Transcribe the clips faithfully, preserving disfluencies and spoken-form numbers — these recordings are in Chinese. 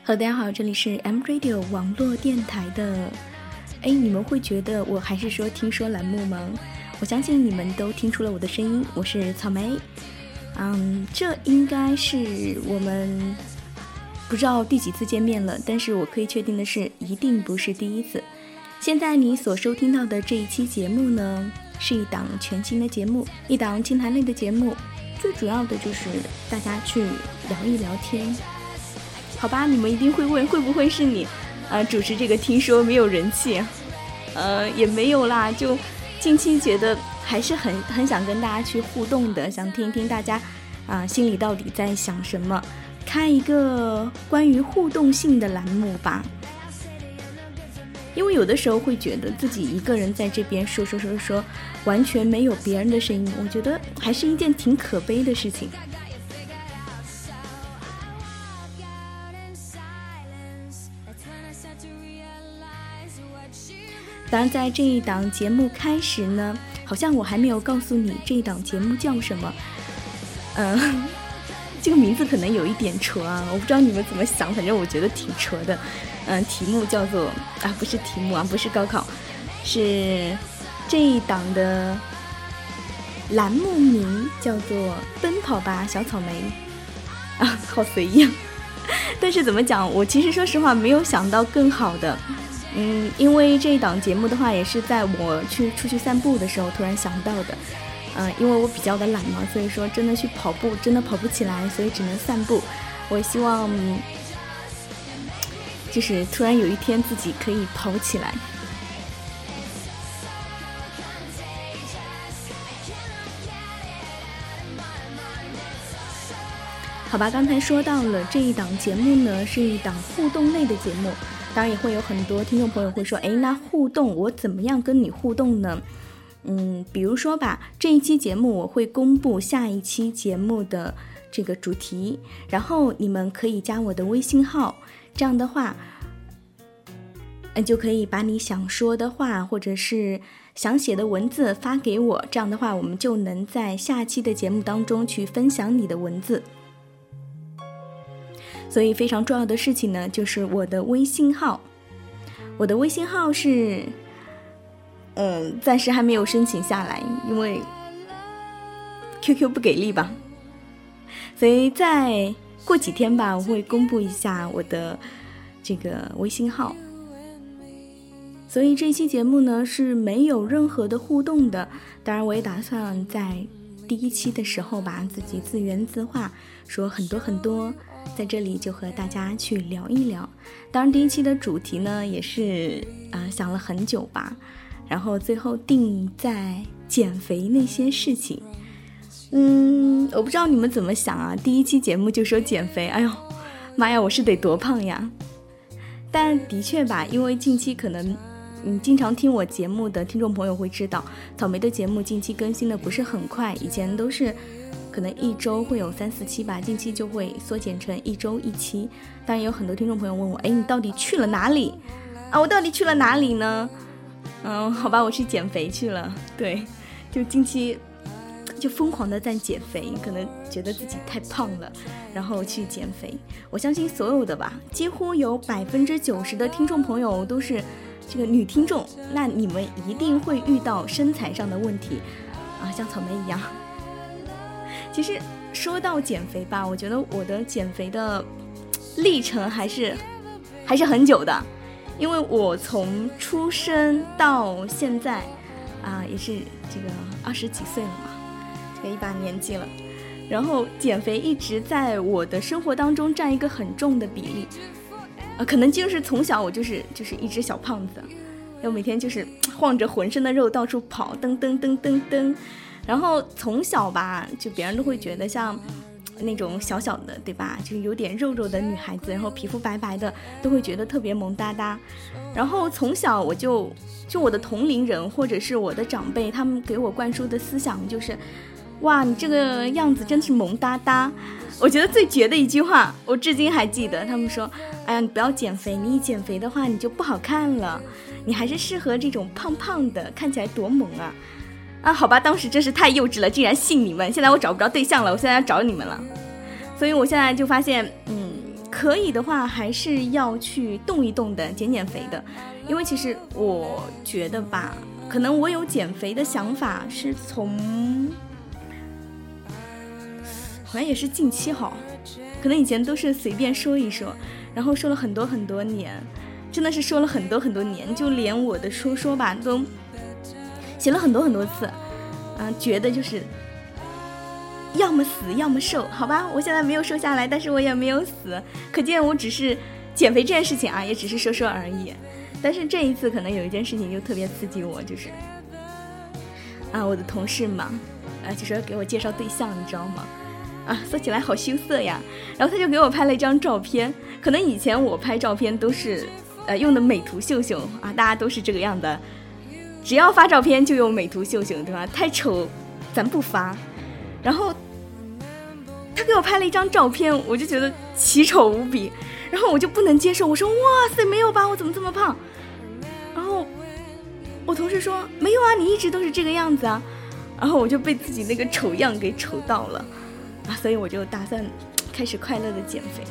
Hello， 大家好，这里是 M Radio 网络电台的。哎，你们会觉得我还是说听说栏目吗？我相信你们都听出了我的声音，我是草莓。嗯，这应该是我们不知道第几次见面了，但是我可以确定的是，一定不是第一次。现在你所收听到的这一期节目呢，是一档全新的节目，一档清谈类的节目，最主要的就是大家去聊一聊天。好吧，你们一定会问，会不会是你呃主持这个听说没有人气？呃也没有啦，就近期觉得还是很很想跟大家去互动的，想听听大家啊、呃、心里到底在想什么，开一个关于互动性的栏目吧。因为有的时候会觉得自己一个人在这边说说说说，完全没有别人的声音，我觉得还是一件挺可悲的事情。当然在这一档节目开始呢，好像我还没有告诉你这一档节目叫什么。嗯、呃，这个名字可能有一点扯啊，我不知道你们怎么想，反正我觉得挺扯的。嗯、呃，题目叫做啊，不是题目啊，不是高考，是这一档的栏目名叫做奔跑吧小草莓啊，好随意啊。但是怎么讲，我其实说实话没有想到更好的。嗯，因为这一档节目的话，也是在我去出去散步的时候突然想到的。嗯、呃，因为我比较的懒嘛，所以说真的去跑步真的跑不起来，所以只能散步。我希望就是突然有一天自己可以跑起来。好吧，刚才说到了这一档节目呢，是一档互动类的节目。当然也会有很多听众朋友会说，诶，那互动我怎么样跟你互动呢？嗯，比如说吧，这一期节目我会公布下一期节目的这个主题，然后你们可以加我的微信号，这样的话嗯，就可以把你想说的话或者是想写的文字发给我，这样的话我们就能在下期的节目当中去分享你的文字。所以非常重要的事情呢，就是我的微信号，我的微信号是，嗯，暂时还没有申请下来，因为 Q Q 不给力吧。所以再过几天吧，我会公布一下我的这个微信号。所以这期节目呢是没有任何的互动的，当然我也打算在第一期的时候吧，自己自言自话说很多很多。在这里就和大家去聊一聊，当然第一期的主题呢也是呃想了很久吧，然后最后定在减肥那些事情。嗯，我不知道你们怎么想啊，第一期节目就说减肥，哎呦妈呀，我是得多胖呀。但的确吧，因为近期可能嗯经常听我节目的听众朋友会知道，草莓的节目近期更新的不是很快，以前都是可能一周会有三四期吧，近期就会缩减成一周一期。当然有很多听众朋友问我，哎，你到底去了哪里啊？我到底去了哪里呢？嗯，好吧，我去减肥去了。对，就近期就疯狂的在减肥，可能觉得自己太胖了，然后去减肥。我相信所有的吧，几乎有百分之九十的听众朋友都是这个女听众，那你们一定会遇到身材上的问题啊，像草莓一样。其实说到减肥吧，我觉得我的减肥的历程还是还是很久的，因为我从出生到现在啊，也是这个二十几岁了嘛，这个一把年纪了，然后减肥一直在我的生活当中占一个很重的比例，啊，可能就是从小我就是就是一只小胖子，然后每天就是晃着浑身的肉到处跑，噔噔噔噔噔。然后从小吧，就别人都会觉得像那种小小的，对吧，就有点肉肉的女孩子，然后皮肤白白的，都会觉得特别萌哒哒。然后从小我就就我的同龄人或者是我的长辈，他们给我灌输的思想就是，哇，你这个样子真是萌哒哒。我觉得最绝的一句话我至今还记得，他们说，哎呀，你不要减肥，你一减肥的话你就不好看了，你还是适合这种胖胖的，看起来多萌啊。啊，好吧，当时真是太幼稚了，竟然信你们。现在我找不着对象了，我现在要找你们了。所以我现在就发现，嗯， 可以的话还是要去动一动的，减减肥的。因为其实我觉得吧，可能我有减肥的想法是从好像也是近期哈，可能以前都是随便说一说，然后说了很多很多年，真的是说了很多很多年，就连我的说说吧都写了很多很多次，嗯、呃，觉得就是要么死要么瘦，好吧，我现在没有瘦下来，但是我也没有死，可见我只是减肥这件事情啊，也只是说说而已。但是这一次可能有一件事情就特别刺激我，就是啊，我的同事嘛，啊，就说给我介绍对象，你知道吗？啊，说起来好羞涩呀。然后他就给我拍了一张照片，可能以前我拍照片都是呃用的美图秀秀啊，大家都是这个样的，只要发照片就用美图秀秀，对吧？太丑咱不发。然后他给我拍了一张照片，我就觉得奇丑无比，然后我就不能接受，我说哇塞，没有吧，我怎么这么胖？然后我同事说没有啊，你一直都是这个样子啊。然后我就被自己那个丑样给丑到了啊，所以我就打算开始快乐的减肥。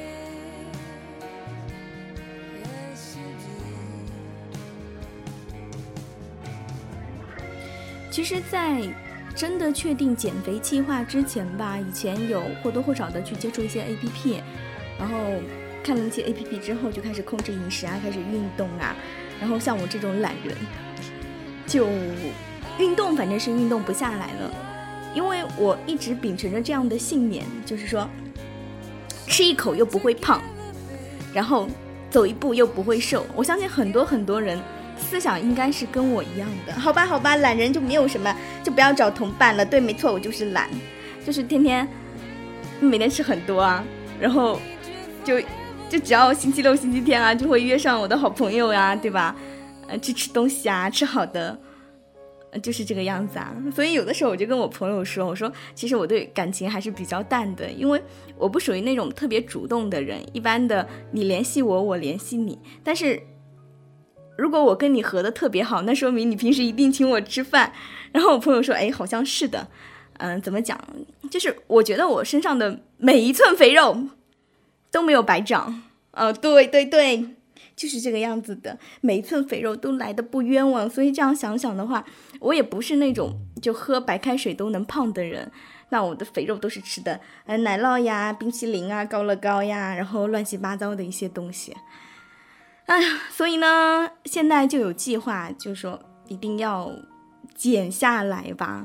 其实在真的确定减肥计划之前吧，以前有或多或少的去接触一些 A P P， 然后看了一些 A P P 之后就开始控制饮食啊，开始运动啊，然后像我这种懒人就运动反正是运动不下来了，因为我一直秉承着这样的信念，就是说吃一口又不会胖，然后走一步又不会瘦。我相信很多很多人思想应该是跟我一样的，好吧好吧，懒人就没有什么，就不要找同伴了。对，没错，我就是懒，就是天天每天吃很多啊，然后就就只要星期六星期天啊，就会约上我的好朋友呀、啊，对吧？呃，去吃东西啊，吃好的，呃，就是这个样子啊。所以有的时候我就跟我朋友说，我说其实我对感情还是比较淡的，因为我不属于那种特别主动的人，一般的你联系我，我联系你，但是如果我跟你合得特别好，那说明你平时一定请我吃饭。然后我朋友说，哎，好像是的。嗯，怎么讲？就是我觉得我身上的每一寸肥肉都没有白长。呃，对对对，就是这个样子的，每一寸肥肉都来得不冤枉。所以这样想想的话，我也不是那种就喝白开水都能胖的人。那我的肥肉都是吃的，呃，奶酪呀、冰淇淋啊、高乐高呀，然后乱七八糟的一些东西。哎呀，所以呢，现在就有计划，就说一定要减下来吧。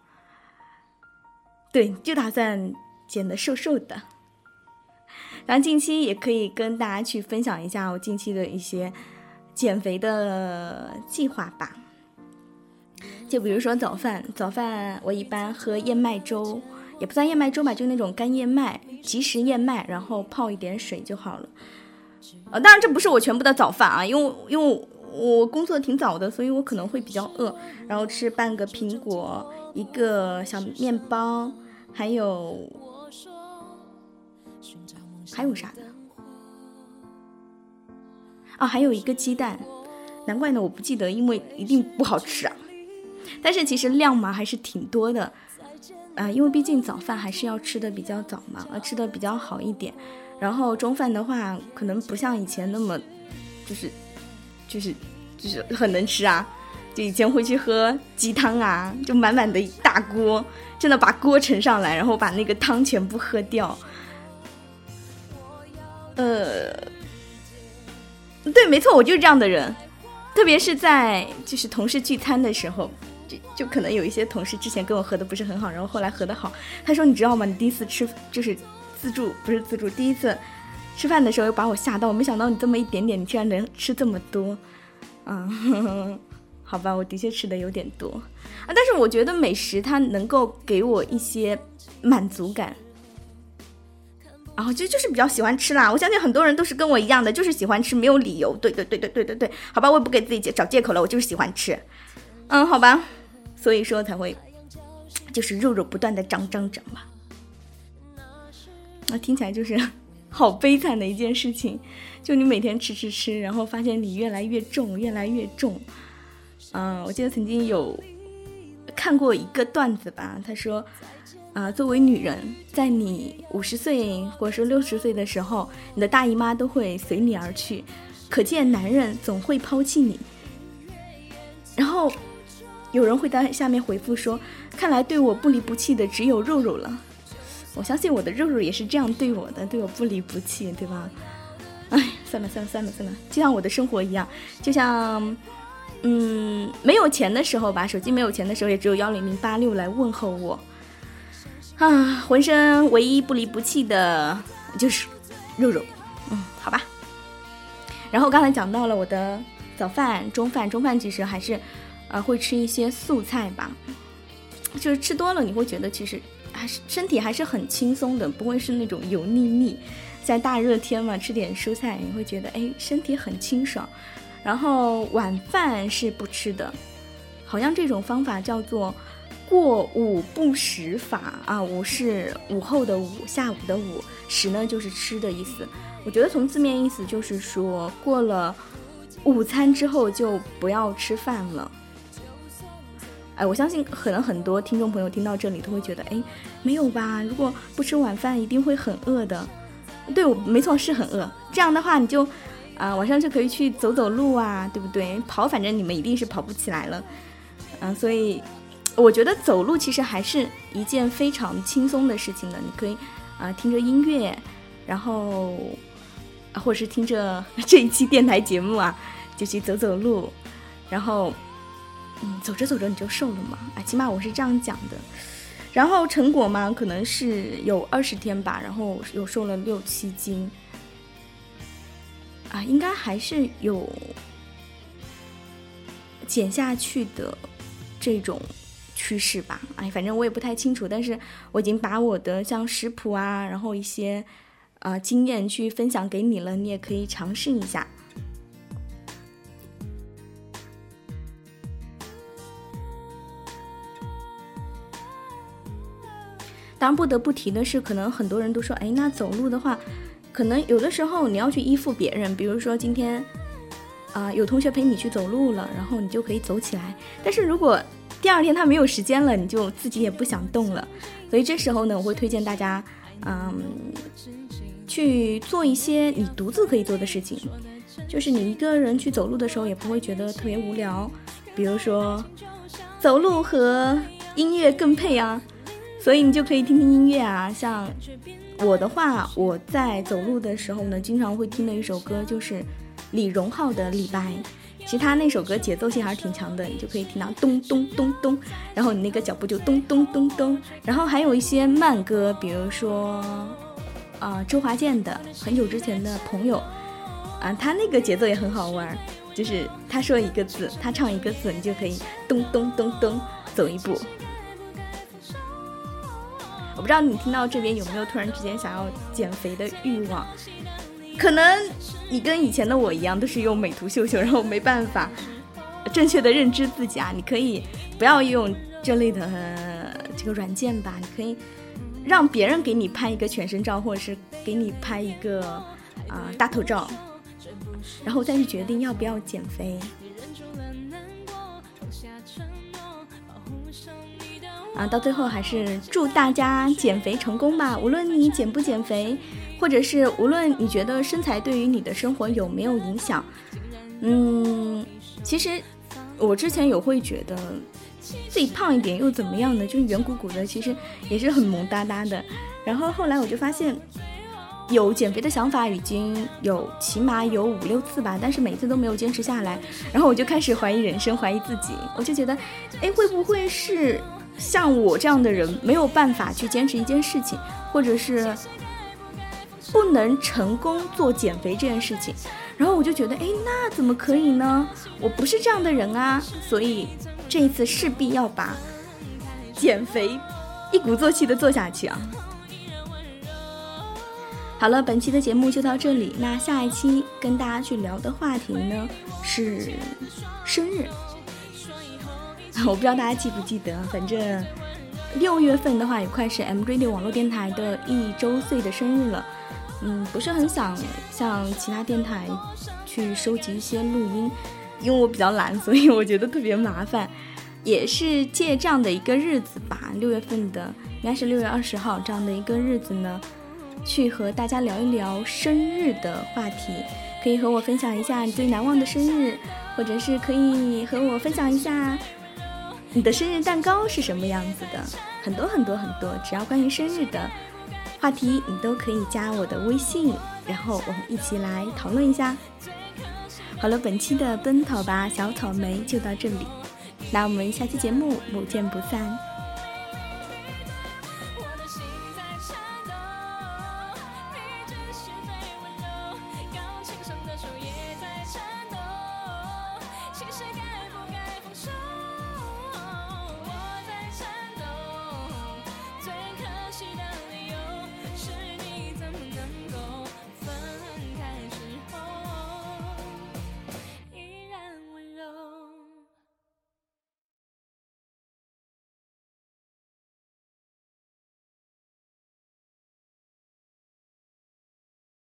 对，就打算减得瘦瘦的。然后近期也可以跟大家去分享一下我近期的一些减肥的计划吧。就比如说早饭，早饭我一般喝燕麦粥，也不算燕麦粥吧，就那种干燕麦，即食燕麦，然后泡一点水就好了。呃，当然这不是我全部的早饭啊，因为因为我工作挺早的，所以我可能会比较饿，然后吃半个苹果，一个小面包，还有还有啥的啊，还有一个鸡蛋，难怪呢我不记得，因为一定不好吃啊。但是其实量嘛还是挺多的，啊、呃，因为毕竟早饭还是要吃的比较早嘛，呃，吃的比较好一点。然后中饭的话，可能不像以前那么，就是就是就是很能吃啊。就以前会去喝鸡汤啊，就满满的一大锅，真的把锅盛上来，然后把那个汤全部喝掉。呃，对，没错，我就是这样的人。特别是在就是同事聚餐的时候，就就可能有一些同事之前跟我合的不是很好，然后后来合得好。他说：“你知道吗？你第一次吃就是自助，不是自助，第一次吃饭的时候又把我吓到，我没想到你这么一点点，你居然能吃这么多。”嗯，呵呵，好吧，我的确吃的有点多啊，但是我觉得美食它能够给我一些满足感。然后就就是比较喜欢吃啦，我相信很多人都是跟我一样的，就是喜欢吃，没有理由。对对对对对对对，好吧，我也不给自己找借口了，我就是喜欢吃。嗯，好吧，所以说才会就是肉肉不断的长长长吧。那听起来就是好悲惨的一件事情，就你每天吃吃吃，然后发现你越来越重，越来越重。嗯，我记得曾经有看过一个段子吧，他说啊、呃，作为女人，在你五十岁或者说六十岁的时候，你的大姨妈都会随你而去，可见男人总会抛弃你。然后有人会在下面回复说，看来对我不离不弃的只有肉肉了。我相信我的肉肉也是这样对我的，对我不离不弃，对吧？哎，算了算了算了算了，就像我的生活一样，就像嗯，没有钱的时候吧，手机没有钱的时候也只有幺零零八六来问候我啊，浑身唯一不离不弃的就是肉肉。嗯，好吧。然后刚才讲到了我的早饭、中饭，中饭其实还是呃会吃一些素菜吧，就是吃多了你会觉得其实还是身体还是很轻松的，不会是那种油腻腻。在大热天嘛，吃点蔬菜你会觉得哎身体很清爽。然后晚饭是不吃的，好像这种方法叫做过午不食法啊，午是午后的午，下午的午，食呢就是吃的意思。我觉得从字面意思就是说，过了午餐之后就不要吃饭了。哎，我相信可能很多听众朋友听到这里都会觉得，哎，没有吧？如果不吃晚饭，一定会很饿的。对，我没错，是很饿。这样的话，你就啊、呃、晚上就可以去走走路啊，对不对？跑，反正你们一定是跑不起来了。嗯、呃，所以我觉得走路其实还是一件非常轻松的事情的。你可以啊、呃、听着音乐，然后。或者是听着这一期电台节目啊，就去走走路，然后嗯，走着走着你就瘦了嘛，啊，起码我是这样讲的。然后成果嘛，可能是有二十天吧，然后有瘦了六七斤，啊，应该还是有减下去的这种趋势吧。哎，反正我也不太清楚，但是我已经把我的像食谱啊，然后一些呃经验去分享给你了，你也可以尝试一下。当然不得不提的是，可能很多人都说，哎，那走路的话，可能有的时候你要去依附别人，比如说今天啊、呃、有同学陪你去走路了，然后你就可以走起来。但是如果第二天他没有时间了，你就自己也不想动了，所以这时候呢，我会推荐大家嗯去做一些你独自可以做的事情，就是你一个人去走路的时候也不会觉得特别无聊，比如说走路和音乐更配啊，所以你就可以听听音乐啊。像我的话，我在走路的时候呢，经常会听的一首歌就是李荣浩的《李白》，其实他那首歌节奏性还是挺强的，你就可以听到咚咚咚咚，然后你那个脚步就咚咚咚咚。然后还有一些慢歌，比如说啊、呃、周华健的很久之前的朋友啊，他那个节奏也很好玩，就是他说一个字，他唱一个字，你就可以咚咚咚咚走一步。我不知道你听到这边有没有突然之间想要减肥的欲望，可能你跟以前的我一样，都是用美图秀秀，然后没办法正确的认知自己啊。你可以不要用这类的、呃、这个软件吧，你可以让别人给你拍一个全身照，或者是给你拍一个啊、呃、大头照，然后再去决定要不要减肥。啊，到最后还是祝大家减肥成功吧！无论你减不减肥，或者是无论你觉得身材对于你的生活有没有影响，嗯，其实我之前有会觉得自己胖一点又怎么样呢？就是圆鼓鼓的，其实也是很萌哒哒的。然后后来我就发现，有减肥的想法已经有起码有五六次吧，但是每次都没有坚持下来。然后我就开始怀疑人生，怀疑自己。我就觉得，哎，会不会是像我这样的人没有办法去坚持一件事情，或者是不能成功做减肥这件事情？然后我就觉得，哎，那怎么可以呢？我不是这样的人啊！所以这一次势必要把减肥一鼓作气的做下去啊！好了，本期的节目就到这里。那下一期跟大家去聊的话题呢是生日。我不知道大家记不记得，反正六月份的话也快是 M Radio 网络电台的一周岁的生日了。嗯，不是很想像其他电台去收集一些录音，因为我比较懒，所以我觉得特别麻烦。也是借这样的一个日子吧，六月份的应该是六月二十号这样的一个日子呢，去和大家聊一聊生日的话题，可以和我分享一下你最难忘的生日，或者是可以和我分享一下你的生日蛋糕是什么样子的，很多很多很多，只要关于生日的话题你都可以加我的微信，然后我们一起来讨论一下。好了，本期的奔跑吧小草莓就到这里，那我们下期节目不见不散。